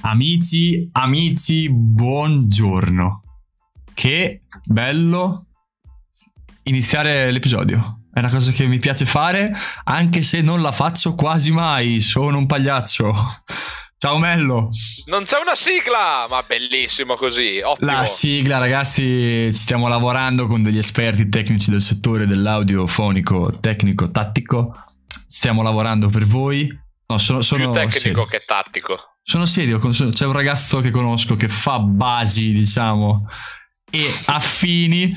Amici, buongiorno. Che bello iniziare l'episodio. È una cosa che mi piace fare, anche se non la faccio quasi mai. Sono un pagliaccio. Ciao Mello. Non c'è una sigla, ma bellissimo così, ottimo. La sigla, ragazzi, stiamo lavorando con degli esperti tecnici del settore dell'audio fonico, tecnico, tattico. Stiamo lavorando per voi. No, sono più tecnico serio. che tattico. Sono serio, c'è un ragazzo che conosco che fa basi, diciamo, e affini,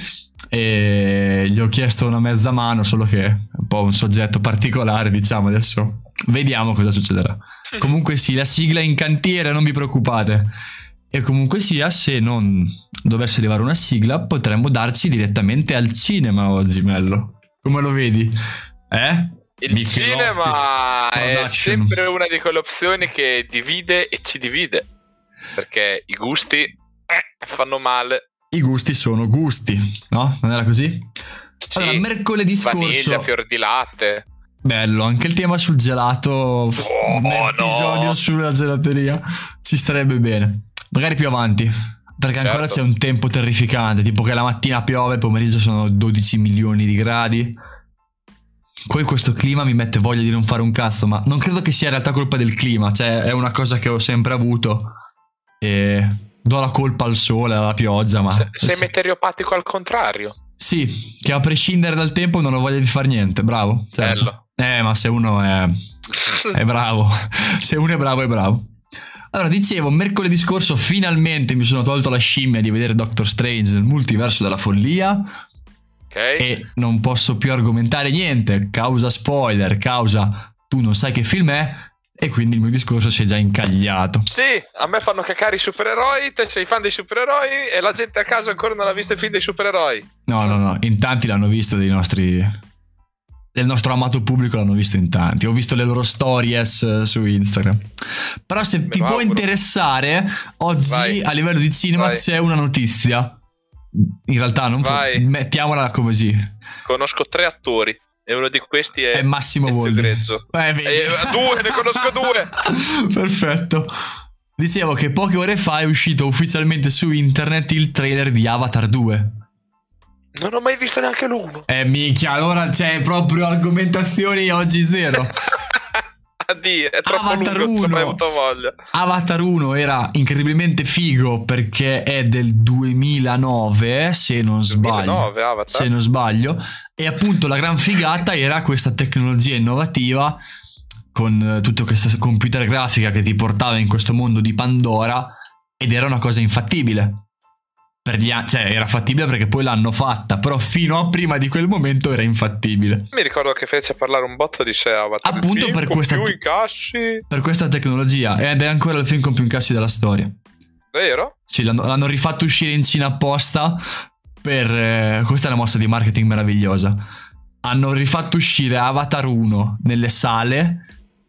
e gli ho chiesto una mezza mano, solo che è un po' un soggetto particolare, diciamo. Adesso vediamo cosa succederà. Comunque sì, la sigla è in cantiere, non vi preoccupate. E comunque sia, se non dovesse arrivare una sigla, potremmo darci direttamente al cinema oggi, Mello. Come lo vedi? Il cinema è sempre una di quelle opzioni che divide e ci divide, perché i gusti fanno male. I gusti sono gusti, no? Non era così? Sì, allora, mercoledì scorso, vaniglia, fior di latte. Bello, anche il tema sul gelato. Un episodio sulla gelateria ci starebbe bene. Magari più avanti, perché ancora c'è un tempo terrificante, tipo che la mattina piove, il pomeriggio sono 12 milioni di gradi. Poi questo clima mi mette voglia di non fare un cazzo, ma non credo che sia in realtà colpa del clima, cioè è una cosa che ho sempre avuto e do la colpa al sole, alla pioggia, ma... Sei meteoropatico al contrario. Sì, che a prescindere dal tempo non ho voglia di fare niente, bravo. Certo. Bello. Ma se uno è bravo, se uno è bravo è bravo. Allora, dicevo, mercoledì scorso finalmente mi sono tolto la scimmia di vedere Doctor Strange nel multiverso della follia. Okay. E non posso più argomentare niente, causa spoiler, causa tu non sai che film è, e quindi il mio discorso si è già incagliato. Sì, a me fanno cacare i supereroi, te sei fan dei supereroi e la gente a casa ancora non ha visto il film dei supereroi. No, in tanti l'hanno visto del nostro amato pubblico, l'hanno visto in tanti. Ho visto le loro stories su Instagram. Però se ti può interessare, oggi a livello di cinema c'è una notizia. In realtà non mettiamola così. Conosco 3 attori e uno di questi è Massimo Boldi. Ne conosco 2. Perfetto. Dicevo che poche ore fa è uscito ufficialmente su internet il trailer di Avatar 2. Non ho mai visto neanche l'1. Minchia, allora c'è proprio argomentazioni oggi zero. È troppo Avatar lungo, 1. Avuto voglia. Avatar 1 era incredibilmente figo perché è del 2009, se non sbaglio. 2009, se non sbaglio. E appunto la gran figata era questa tecnologia innovativa con tutta questa computer grafica che ti portava in questo mondo di Pandora, ed era una cosa infattibile. Cioè era fattibile perché poi l'hanno fatta, però fino a prima di quel momento era infattibile. Mi ricordo che fece parlare un botto di sé Avatar. Appunto per questa tecnologia, ed è ancora il film con più incassi della storia. Vero? Sì, l'hanno rifatto uscire in Cina apposta per... questa è una mossa di marketing meravigliosa. Hanno rifatto uscire Avatar 1 nelle sale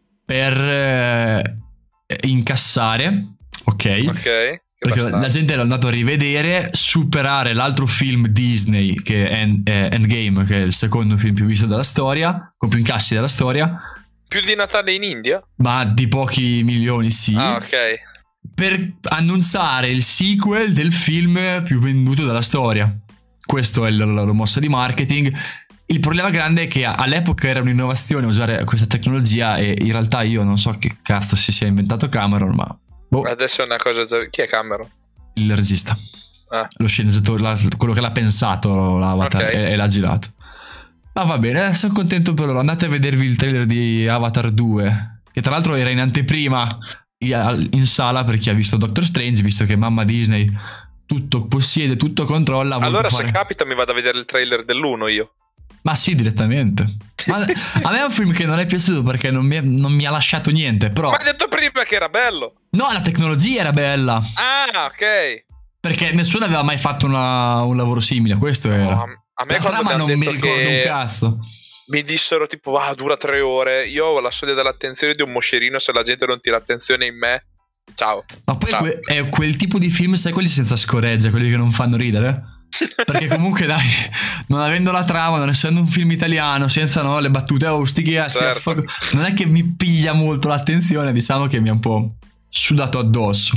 per incassare. Ok. Perché la gente l'ha andato a rivedere, superare l'altro film Disney che è Endgame, che è il secondo film più visto della storia, con più incassi della storia. Più di Natale in India? Ma di pochi milioni, sì. Ah, ok. Per annunciare il sequel del film più venduto della storia. Questo è la loro mossa di marketing. Il problema grande è che all'epoca era un'innovazione usare questa tecnologia, e in realtà io non so che cazzo si sia inventato Cameron, ma... Adesso è una cosa già... Chi è Cameron? Il regista. Lo sceneggiatore, quello che l'ha pensato l'Avatar, e l'ha girato. Ma va bene, sono contento per loro. Andate a vedervi il trailer di Avatar 2, che tra l'altro era in anteprima in sala per chi ha visto Doctor Strange, visto che mamma Disney tutto possiede, tutto controlla. Allora se capita mi vado a vedere il trailer dell'1 io. Ma sì, direttamente. Ma a me è un film che non è piaciuto perché non mi ha lasciato niente, però... Ma hai detto prima che era bello. No, la tecnologia era bella. Ah, ok. Perché nessuno aveva mai fatto un lavoro simile, questo era. A me la trama non mi ricordo un cazzo. Mi dissero tipo, dura 3 ore. Io ho la soglia dell'attenzione di un moscerino, se la gente non tira attenzione in me. Ciao. Ma poi è quel tipo di film, sai, quelli senza scoreggia, quelli che non fanno ridere? Perché comunque dai, non avendo la trama, non essendo un film italiano, senza le battute austiche, non è che mi piglia molto l'attenzione, diciamo che mi ha un po' sudato addosso.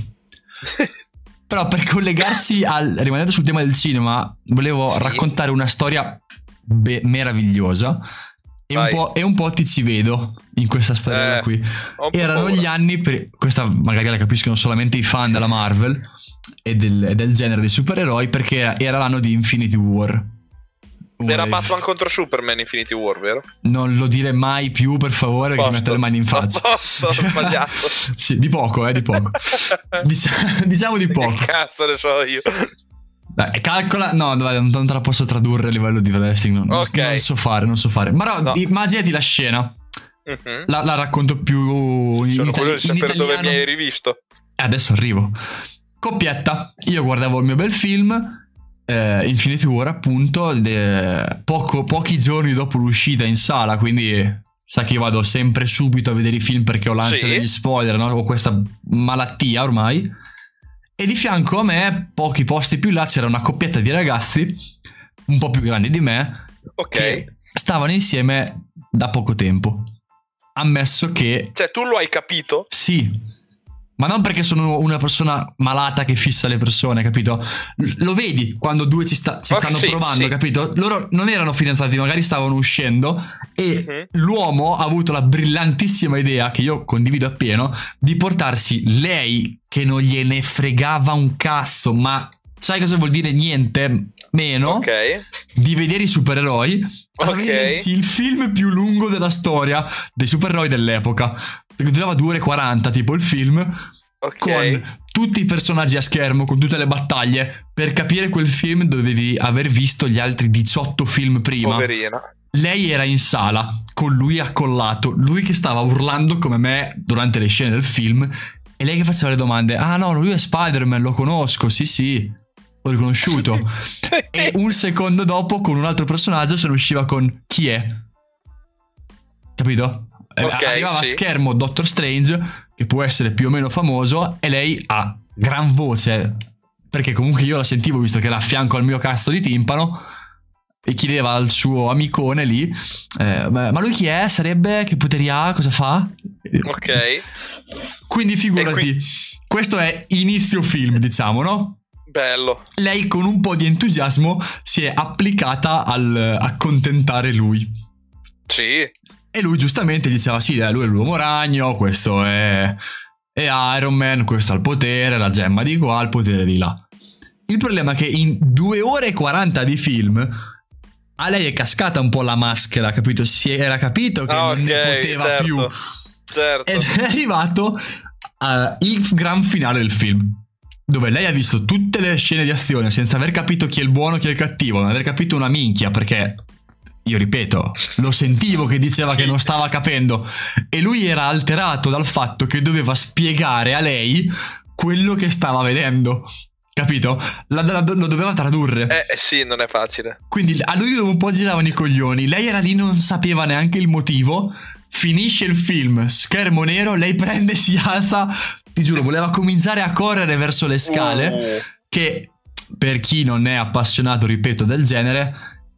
Però per collegarsi rimanendo sul tema del cinema, volevo raccontare una storia meravigliosa e un po' ti ci vedo in questa storia qui. Erano gli anni, questa magari la capiscono solamente i fan della Marvel e del genere dei supereroi, perché era l'anno di Infinity War. Era Batman contro Superman Infinity War, vero? Non lo dire mai più, per favore, che mi mette le mani in faccia. Ho sbagliato. Sì, di poco, di poco. Diciamo di poco. Che cazzo ne so io. Dai, calcola, no, non te la posso tradurre a livello di wrestling, non so fare. Ma no, immaginati la scena. La racconto più in italiano. Dove mi hai rivisto. Adesso arrivo. Coppietta, io guardavo il mio bel film Infinity War, appunto, pochi giorni dopo l'uscita in sala, quindi sa che io vado sempre subito a vedere i film perché ho l'ansia degli spoiler, no? Ho questa malattia ormai. E di fianco a me, pochi posti più là, c'era una coppietta di ragazzi un po' più grandi di me, che stavano insieme da poco tempo. Ammesso che... Cioè, tu lo hai capito? Sì. Ma non perché sono una persona malata che fissa le persone, capito? Lo vedi quando due si stanno provando, capito? Loro non erano fidanzati, magari stavano uscendo e l'uomo ha avuto la brillantissima idea, che io condivido appieno, di portarsi lei, che non gliene fregava un cazzo, ma sai cosa vuol dire niente meno? Di vedere i supereroi, a vedersi il film più lungo della storia dei supereroi dell'epoca. Perché durava 2 ore e 40 tipo il film, con tutti i personaggi a schermo, con tutte le battaglie. Per capire quel film dovevi aver visto gli altri 18 film prima. Poverina. Lei era in sala con lui accollato, lui che stava urlando come me durante le scene del film, e lei che faceva le domande. Ah no, lui è Spider-Man, lo conosco, sì, l'ho riconosciuto. E un secondo dopo con un altro personaggio se ne usciva con chi è, capito? Arrivava a schermo Doctor Strange, che può essere più o meno famoso, e lei a gran voce, perché comunque io la sentivo visto che era a fianco al mio cazzo di timpano, e chiedeva al suo amicone lì ma lui chi è? Sarebbe? Che poteri ha? Cosa fa? Quindi figurati, questo è inizio film, diciamo, no? Bello. Lei con un po' di entusiasmo si è applicata a accontentare lui. Sì. E lui giustamente diceva sì, lui è l'uomo ragno, questo è Iron Man, questo ha il potere, la gemma di qua, il potere di là. Il problema è che in 2 ore e 40 di film a lei è cascata un po' la maschera, capito? Si era capito che non ne poteva più. Certo. Ed è arrivato il gran finale del film, dove lei ha visto tutte le scene di azione senza aver capito chi è il buono e chi è il cattivo, non aver capito una minchia, perché... Io ripeto, lo sentivo che diceva che non stava capendo, e lui era alterato dal fatto che doveva spiegare a lei quello che stava vedendo, capito? Lo doveva tradurre. Sì, non è facile. Quindi a lui un po' giravano i coglioni, lei era lì, non sapeva neanche il motivo. Finisce il film, schermo nero, lei prende, si alza, ti giuro, voleva cominciare a correre verso le scale, che per chi non è appassionato, ripeto, del genere...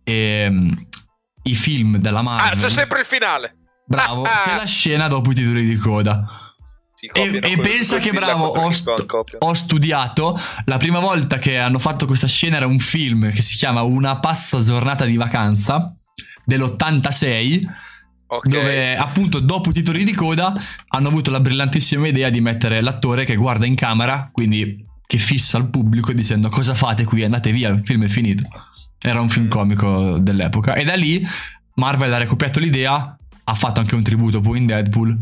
I film della Marvel. C'è sempre il finale. Bravo, c'è la scena dopo i titoli di coda. E pensa che bravo, ho studiato. La prima volta che hanno fatto questa scena era un film che si chiama Una pazza giornata di vacanza dell'86, dove appunto dopo i titoli di coda hanno avuto la brillantissima idea di mettere l'attore che guarda in camera, quindi che fissa il pubblico dicendo cosa fate qui, andate via, il film è finito. Era un film comico dell'epoca. E da lì Marvel ha recuperato l'idea, ha fatto anche un tributo poi in Deadpool.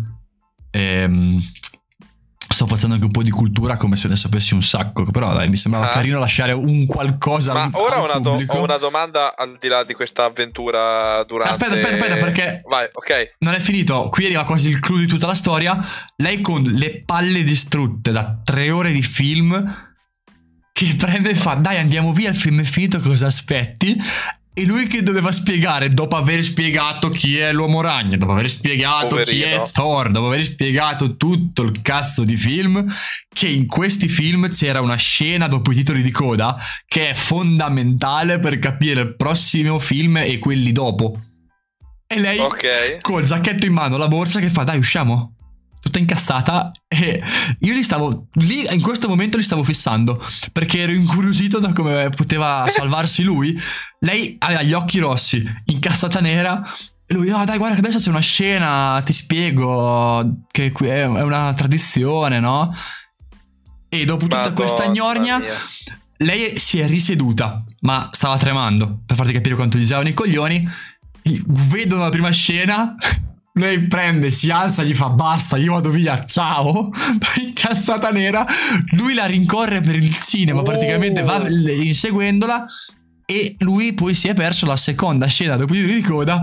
Sto facendo anche un po' di cultura come se ne sapessi un sacco. Però dai, mi sembrava carino lasciare un qualcosa. Ma ora ho una domanda al di là di questa avventura durante... Aspetta, perché vai, non è finito. Qui arriva quasi il clou di tutta la storia. Lei con le palle distrutte da 3 ore di film... che prende e fa dai andiamo via, il film è finito, cosa aspetti? E lui che doveva spiegare, dopo aver spiegato chi è l'uomo ragno, dopo aver spiegato chi è Thor, dopo aver spiegato tutto il cazzo di film, che in questi film c'era una scena dopo i titoli di coda che è fondamentale per capire il prossimo film e quelli dopo. E lei col giacchetto in mano, la borsa, che fa dai usciamo, tutta incazzata, e io lì in questo momento li stavo fissando, perché ero incuriosito da come poteva salvarsi lui. Lei aveva gli occhi rossi, incazzata nera, e lui, no dai, guarda che adesso c'è una scena, ti spiego, che è una tradizione, no? E dopo tutta questa gnorgna lei si è riseduta, ma stava tremando, per farti capire quanto gli giravano i coglioni. Vedono la prima scena, lei prende, si alza, gli fa basta, io vado via, ciao, incazzata nera. Lui la rincorre per il cinema, praticamente va inseguendola, e lui poi si è perso la seconda scena dopo di coda.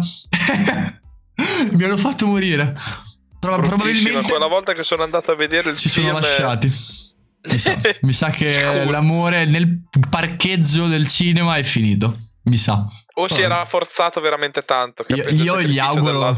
Mi hanno fatto morire. Probabilmente quella volta che sono andato a vedere il film sono lasciati. Mi sa che l'amore nel parcheggio del cinema è finito. Mi sa. O si era forzato veramente tanto. Io gli auguro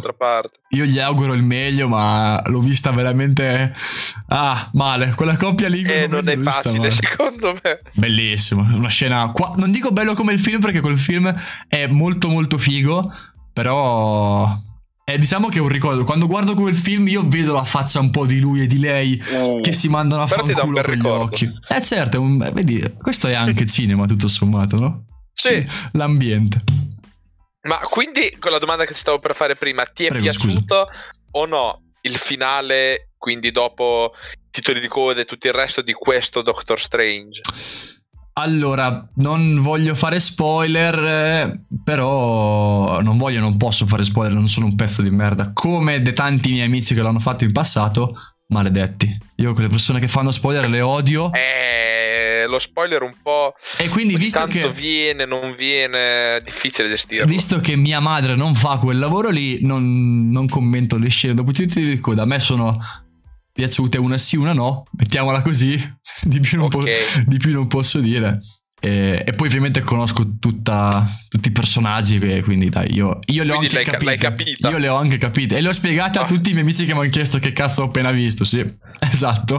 il meglio, ma l'ho vista veramente male. Quella coppia lì non è facile, secondo me. Bellissimo. Una scena non dico bello come il film, perché quel film è molto molto figo, però diciamo che è un ricordo. Quando guardo quel film io vedo la faccia un po' di lui e di lei che si mandano a fanculo con gli occhi. Certo, vedi, questo è anche cinema tutto sommato, no? Sì. L'ambiente. Ma quindi, con la domanda che stavo per fare prima, ti è piaciuto o no il finale, quindi dopo i titoli di coda e tutto il resto di questo Doctor Strange? Allora, non voglio fare spoiler, però non posso fare spoiler, non sono un pezzo di merda, come de tanti miei amici che l'hanno fatto in passato. Maledetti, io quelle persone che fanno spoiler le odio. Lo spoiler un po', e quindi visto che non viene, difficile gestirlo. Visto che mia madre non fa quel lavoro lì, non commento le scene dopo tutti i ricordi. A me sono piaciute, una sì, una no, mettiamola così. Di più non posso dire. E poi ovviamente conosco tutti i personaggi, quindi dai, io le ho anche capite. Io le ho anche capite e le ho spiegate a tutti i miei amici che mi hanno chiesto che cazzo ho appena visto. Sì, esatto.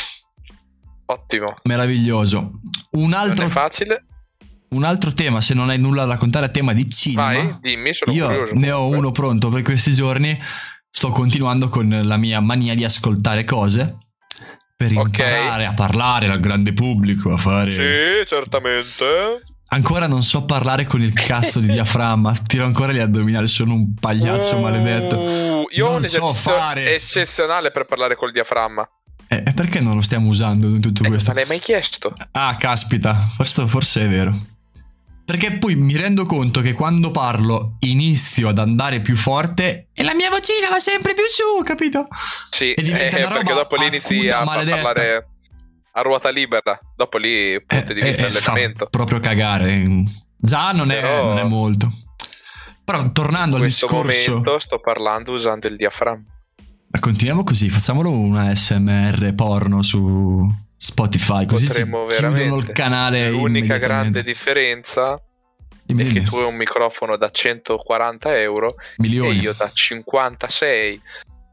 Ottimo. Meraviglioso. Non è facile. Un altro tema, se non hai nulla da raccontare a tema di cinema. Vai, dimmi, sono curioso. Ne ho uno pronto per questi giorni. Sto continuando con la mia mania di ascoltare cose per imparare a parlare al grande pubblico, a fare... Sì, certamente. Ancora non so parlare con il cazzo di diaframma. Tiro ancora gli addominali, sono un pagliaccio maledetto. Io ho un esercizio eccezionale per parlare col diaframma. E perché non lo stiamo usando in tutto questo? Ma l'hai mai chiesto? Caspita, questo forse è vero. Perché poi mi rendo conto che quando parlo inizio ad andare più forte e la mia vocina va sempre più su, capito? Sì, perché dopo lì inizi a parlare a ruota libera. Dopo lì punti di vista allenamento. Proprio cagare. Già non è molto. Però tornando al discorso, in questo momento sto parlando usando il diaframma. Continuiamo così, facciamolo una SMR porno su Spotify, così potremmo chiudono il canale. L'unica grande differenza è che tu hai un microfono da 140 euro milioni. E io da 56.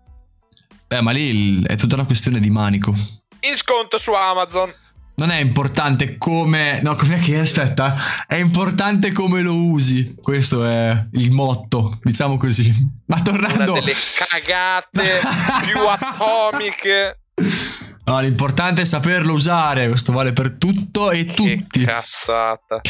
Ma lì è tutta una questione di manico. In sconto su Amazon. Non è importante come... No, com'è che... Aspetta. È importante come lo usi. Questo è il motto, diciamo così. Ma tornando... Una delle cagate più atomiche. No, l'importante è saperlo usare. Questo vale per tutto e tutti. Che cazzata.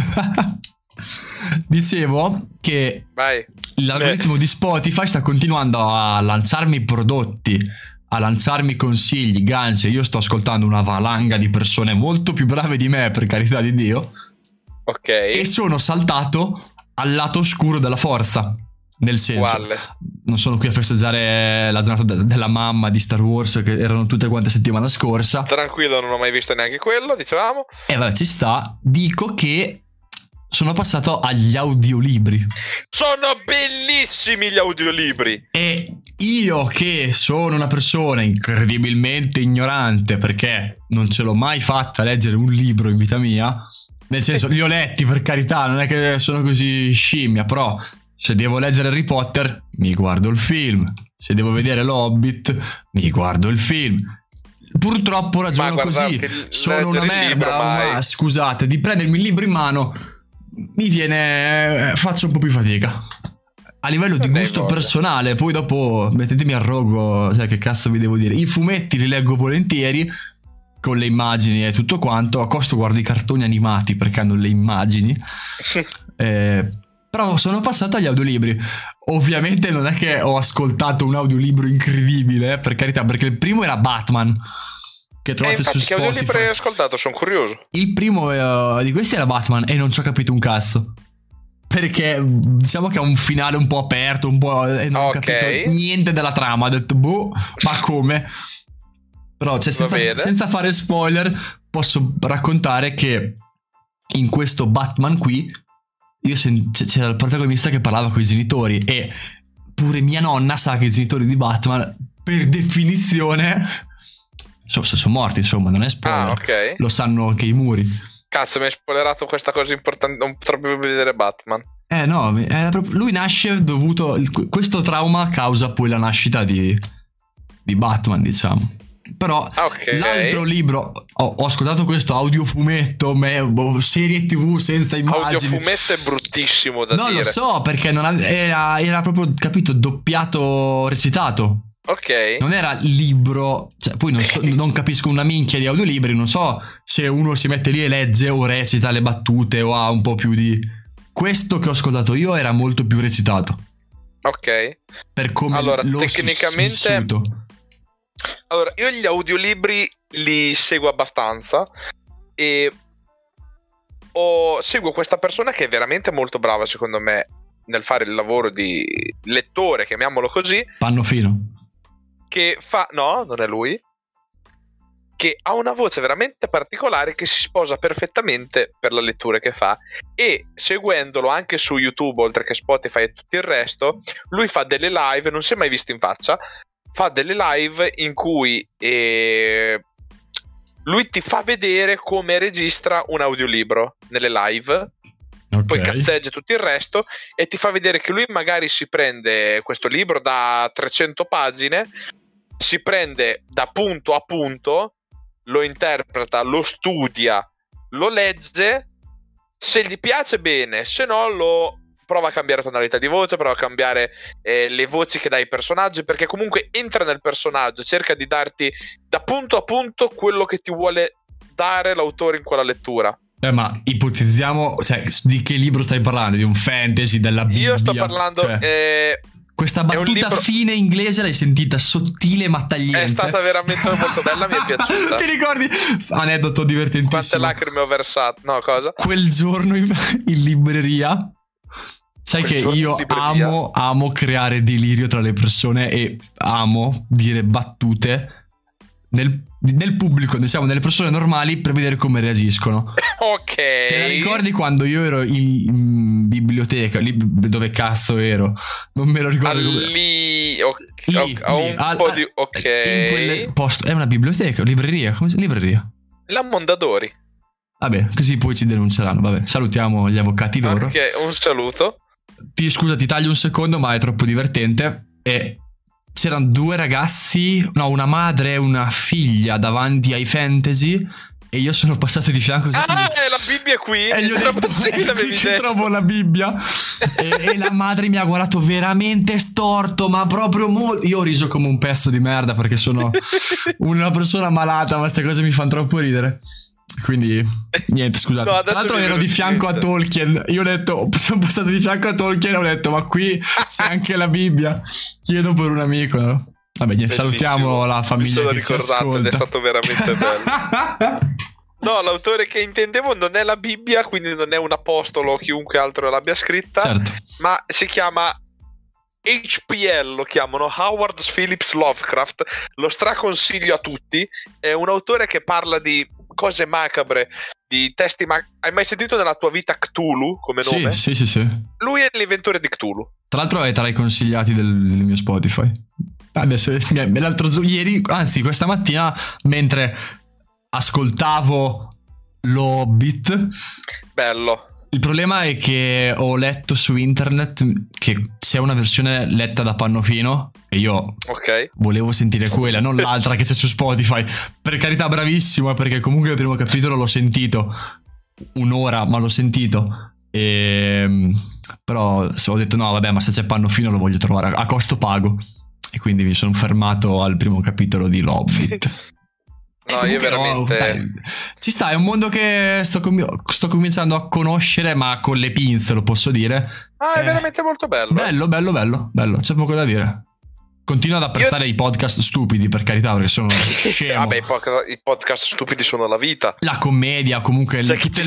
Dicevo che l'algoritmo di Spotify sta continuando a lanciarmi prodotti, a lanciarmi consigli, ganci. Io sto ascoltando una valanga di persone molto più brave di me, per carità di Dio. Ok. E sono saltato al lato oscuro della forza. Nel senso, non sono qui a festeggiare la giornata della mamma di Star Wars, che erano tutte quante settimana scorsa. Tranquillo, non ho mai visto neanche quello, dicevamo. E vabbè, ci sta. Dico che sono passato agli audiolibri. Sono bellissimi gli audiolibri. E io, che sono una persona incredibilmente ignorante, perché non ce l'ho mai fatta leggere un libro in vita mia, nel senso, li ho letti, per carità, non è che sono così scimmia, però se devo leggere Harry Potter mi guardo il film, se devo vedere l'Hobbit mi guardo il film. Purtroppo ragiono così, sono una merda, ma scusate, di prendermi il libro in mano mi viene, faccio un po' più fatica. a livello di gusto personale, poi dopo mettetemi al rogo, cioè che cazzo vi devo dire. I fumetti li leggo volentieri, con le immagini e tutto quanto. A costo guardo i cartoni animati perché hanno le immagini. Però sono passato agli audiolibri. Ovviamente non è che ho ascoltato un audiolibro incredibile, per carità, perché il primo era Batman, che trovate su Spotify. Che audiolibro hai ascoltato? Sono curioso. Il primo di questi era Batman e non ci ho capito un cazzo, perché diciamo che ha un finale un po' aperto, un po', e non ho capito niente della trama. Ho detto boh, ma come? Però cioè, senza fare spoiler posso raccontare che in questo Batman qui c'era il protagonista che parlava con i genitori, e pure mia nonna sa che i genitori di Batman per definizione sono morti, insomma, non è spoiler. Lo sanno anche i muri. Cazzo, mi hai spoilerato questa cosa importante. Non potrò più vedere Batman. No, lui nasce dovuto. Questo trauma causa poi la nascita di Batman, Però l'altro libro, ho ascoltato questo audiofumetto, serie TV senza immagini. Audiofumetto è bruttissimo da dire. Non lo so, perché era proprio, capito, doppiato, recitato. Non era libro, cioè, poi non capisco una minchia di audiolibri, non so se uno si mette lì e legge o recita le battute o ha un po' più di... Questo che ho ascoltato io era molto più recitato. Per come l'ho tecnicamente vissuto. Allora, io gli audiolibri li seguo abbastanza e seguo questa persona che è veramente molto brava, secondo me, nel fare il lavoro di lettore, chiamiamolo così. Pannofino. Che fa... No, non è lui. Che ha una voce veramente particolare che si sposa perfettamente per la lettura che fa, e seguendolo anche su YouTube, oltre che Spotify e tutto il resto, lui fa delle live, non si è mai visto in faccia, fa delle live in cui lui ti fa vedere come registra un audiolibro nelle live, poi cazzeggia tutto il resto e ti fa vedere che lui magari si prende questo libro da 300 pagine, si prende da punto a punto, lo interpreta, lo studia, lo legge, se gli piace bene, se no lo prova a cambiare tonalità di voce, prova a cambiare le voci che dà ai personaggi, perché comunque entra nel personaggio, cerca di darti da punto a punto quello che ti vuole dare l'autore in quella lettura. Ma ipotizziamo, cioè, di che libro stai parlando? Di un fantasy, della Bibbia? Io sto parlando... questa battuta fine inglese l'hai sentita sottile ma tagliente. È stata veramente molto bella, mi è piaciuta. Ti ricordi? Aneddoto divertentissimo. Quante lacrime ho versato? No, cosa? Quel giorno in libreria. Sai che io amo creare delirio tra le persone e amo dire battute nel pubblico, diciamo, nelle persone normali, per vedere come reagiscono. Te la ricordi quando io ero in biblioteca, lì dove cazzo ero? Non me lo ricordo. È una biblioteca, libreria, come si... libreria? La Mondadori. Vabbè, così poi ci denunceranno. Vabbè, salutiamo gli avvocati loro. Un saluto. Scusa, ti taglio un secondo, ma è troppo divertente. E c'erano due ragazzi, no, una madre e una figlia davanti ai fantasy, e io sono passato di fianco. È la Bibbia qui. E gli ho detto, è qui che trovo la Bibbia. e la madre mi ha guardato veramente storto, ma proprio molto. Io ho riso come un pezzo di merda perché sono una persona malata, ma queste cose mi fanno troppo ridere. Quindi niente, scusate. Tra l'altro ero di fianco a Tolkien. Io ho detto, sono passato di fianco a Tolkien e ho detto, ma qui c'è anche la Bibbia. Chiedo per un amico, no? Vabbè, niente, salutiamo la famiglia che ci ascolta. È stato veramente bello. No, l'autore che intendevo non è la Bibbia, quindi non è un apostolo o chiunque altro l'abbia scritta. Certo. Ma si chiama HPL, lo chiamano Howard Phillips Lovecraft. Lo straconsiglio a tutti. È un autore che parla di cose macabre, di testi hai mai sentito nella tua vita Cthulhu come nome? Sì. Lui è l'inventore di Cthulhu. Tra l'altro è tra i consigliati del mio Spotify. Adesso ieri, anzi questa mattina, mentre ascoltavo l'Hobbit. Bello. Il problema è che ho letto su internet che c'è una versione letta da Pannofino e io volevo sentire quella, non l'altra che c'è su Spotify. Per carità, bravissimo, perché comunque il primo capitolo l'ho sentito un'ora, ma l'ho sentito. Però ho detto no vabbè, ma se c'è Pannofino lo voglio trovare a costo pago, e quindi mi sono fermato al primo capitolo di L'Hobbit. No, io veramente... ci sta, è un mondo che sto cominciando a conoscere, ma con le pinze, lo posso dire. È veramente molto bello. Bello, c'è poco da dire. Continuo ad apprezzare i podcast stupidi, per carità, perché sono scemo. Vabbè, i podcast stupidi sono la vita. La commedia, comunque, tutte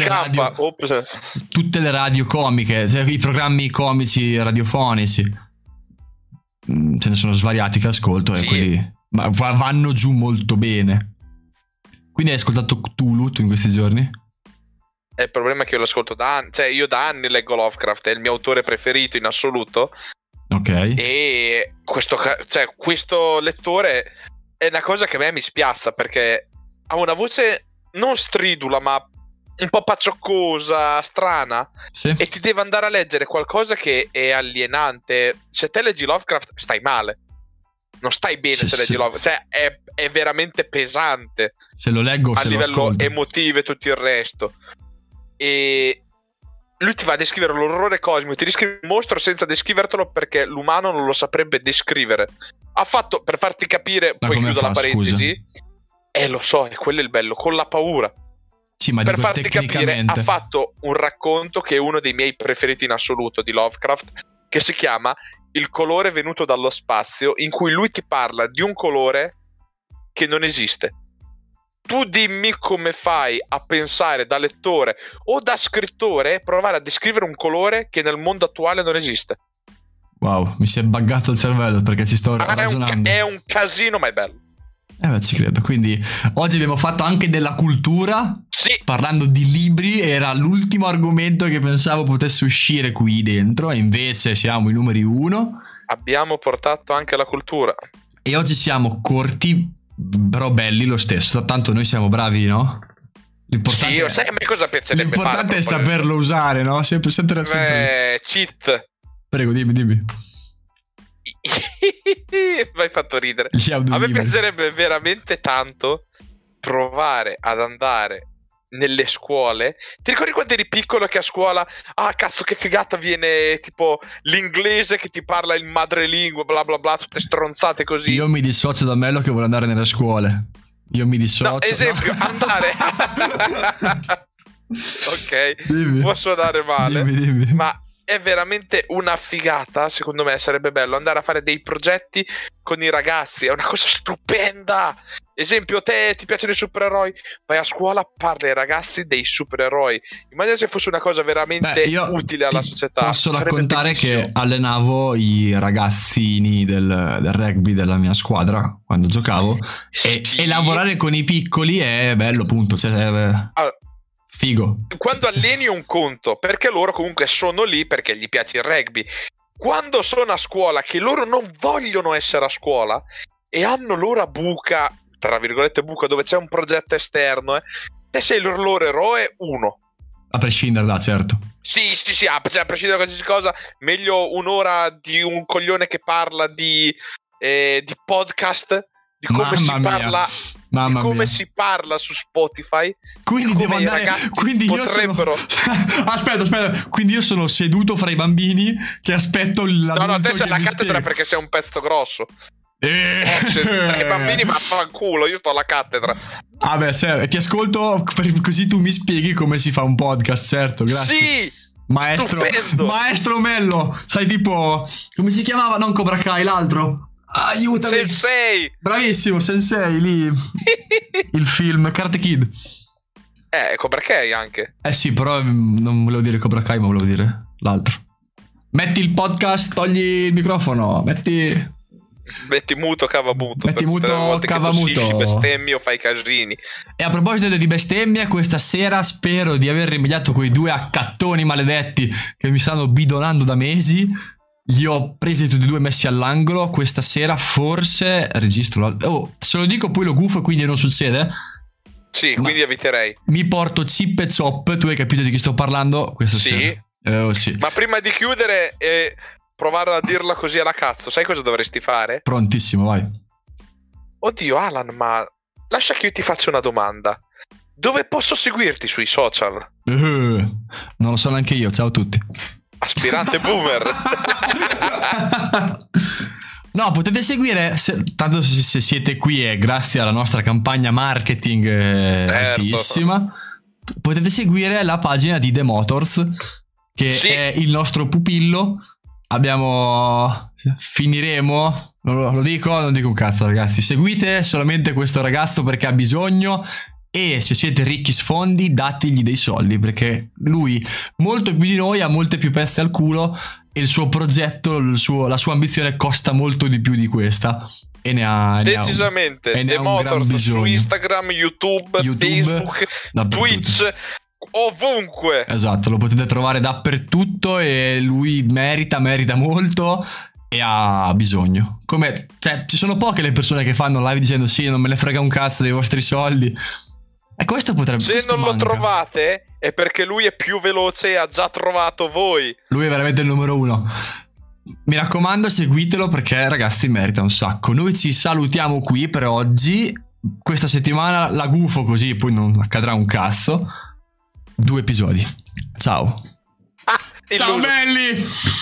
le radio comiche, cioè, i programmi comici radiofonici, ce ne sono svariati che ascolto, e quelli vanno giù molto bene. Quindi hai ascoltato Cthulhu tu in questi giorni? Il problema è che io lo ascolto da anni. Cioè, io da anni leggo Lovecraft, è il mio autore preferito in assoluto. Ok. E questo lettore è una cosa che a me mi spiazza, perché ha una voce non stridula, ma un po' paccioccosa, strana. Sì. E ti deve andare a leggere qualcosa che è alienante. Se te leggi Lovecraft, stai male. Non stai bene se leggi Lovecraft. Cioè, è veramente pesante. Se lo leggo, a livello emotivo e tutto il resto. E lui ti va a descrivere l'orrore cosmico, ti descrive il mostro senza descrivertelo, perché l'umano non lo saprebbe descrivere. Ha fatto, per farti capire, poi chiudo la parentesi. Lo so, e quello è il bello, con la paura. Sì, ma per farti capire, ha fatto un racconto che è uno dei miei preferiti in assoluto di Lovecraft, che si chiama Il colore venuto dallo spazio, in cui lui ti parla di un colore che non esiste. Tu dimmi come fai a pensare da lettore o da scrittore provare a descrivere un colore che nel mondo attuale non esiste. Wow, mi si è buggato il cervello perché ci sto ragionando. È un casino, ma è bello. Ci credo. Quindi oggi abbiamo fatto anche della cultura. Sì. Parlando di libri, era l'ultimo argomento che pensavo potesse uscire qui dentro, e invece siamo i numeri 1. Abbiamo portato anche la cultura. E oggi siamo corti, però belli lo stesso. Tanto noi siamo bravi, no? L'importante, sai a me cosa piacerebbe l'importante è saperlo usare, no? Sempre. Cheat. Prego, dimmi. Mi hai fatto ridere. A me piacerebbe veramente tanto provare ad andare nelle scuole. Ti ricordi quando eri piccolo che a scuola, cazzo che figata, viene tipo l'inglese che ti parla in madrelingua, bla bla bla, tutte stronzate così. Io mi dissocio da Mello che vuole andare nelle scuole. Io mi dissocio. No, esempio, andare ok, dimmi. Può suonare male, dimmi. ma è veramente una figata. Secondo me sarebbe bello andare a fare dei progetti con i ragazzi, è una cosa stupenda. Esempio, te ti piacciono i supereroi, vai a scuola, parli ai ragazzi dei supereroi. Immagina se fosse una cosa veramente utile alla società. Posso raccontare che allenavo i ragazzini del rugby della mia squadra quando giocavo, e lavorare con i piccoli è bello, appunto. Figo. Quando alleni un conto, perché loro comunque sono lì perché gli piace il rugby. Quando sono a scuola, che loro non vogliono essere a scuola e hanno l'ora buca, tra virgolette buca, dove c'è un progetto esterno, te sei il loro eroe 1. A prescindere certo. Sì, a prescindere da qualsiasi cosa, meglio un'ora di un coglione che parla di podcast, di come si parla su Spotify. Quindi devo andare. Quindi io potrebbero. Aspetta. Quindi io sono seduto fra i bambini che aspetto l'adulto. No, te sei alla cattedra perché sei un pezzo grosso. Tra i bambini vaffanculo, io sto alla cattedra. Vabbè, ti ascolto così tu mi spieghi come si fa un podcast, certo, grazie. Sì! Maestro Mello, sai, tipo, come si chiamava? Non Cobra Kai, l'altro. Aiutami. Sensei. Bravissimo, Sensei, lì. Il film Karate Kid. Cobra Kai anche. Sì, però non volevo dire Cobra Kai, ma volevo dire l'altro. Metti il podcast, togli il microfono. Metti muto, cava muto. Metti muto, cava muto. Bestemmio, fai casini. E a proposito di bestemmia, questa sera spero di aver rimediato quei 2 accattoni maledetti che mi stanno bidonando da mesi. Li ho presi tutti e 2, messi all'angolo. Questa sera forse registro. Se lo dico poi lo gufo e quindi non succede. Sì, quindi eviterei. Mi porto Chip e Chop. Tu hai capito di chi sto parlando? Questa sera. Sì. Ma prima di chiudere e provare a dirla così alla cazzo, sai cosa dovresti fare? Prontissimo, vai. Oddio, Alan, ma lascia che io ti faccia una domanda. Dove posso seguirti sui social? Non lo so neanche io. Ciao a tutti. Aspirante boomer. No, potete seguire, tanto se siete qui è grazie alla nostra campagna marketing altissima, potete seguire la pagina di The Motors, che è il nostro pupillo. Finiremo, lo dico, non dico un cazzo ragazzi, seguite solamente questo ragazzo perché ha bisogno, e se siete ricchi sfondi dategli dei soldi, perché lui molto più di noi ha molte più pezze al culo, e il suo progetto, la sua ambizione costa molto di più di questa, e ne ha decisamente. The Motors su Instagram, YouTube, Facebook, Twitch, ovunque. Esatto, lo potete trovare dappertutto, e lui merita molto e ha bisogno. Cioè, ci sono poche le persone che fanno live dicendo sì, non me ne frega un cazzo dei vostri soldi. E questo potrebbe... Se non lo trovate è perché lui è più veloce e ha già trovato voi. Lui è veramente il numero uno. Mi raccomando, seguitelo perché ragazzi merita un sacco. Noi ci salutiamo qui per oggi. Questa settimana la gufo così poi non accadrà un cazzo. 2 episodi. Ciao. Ciao belli.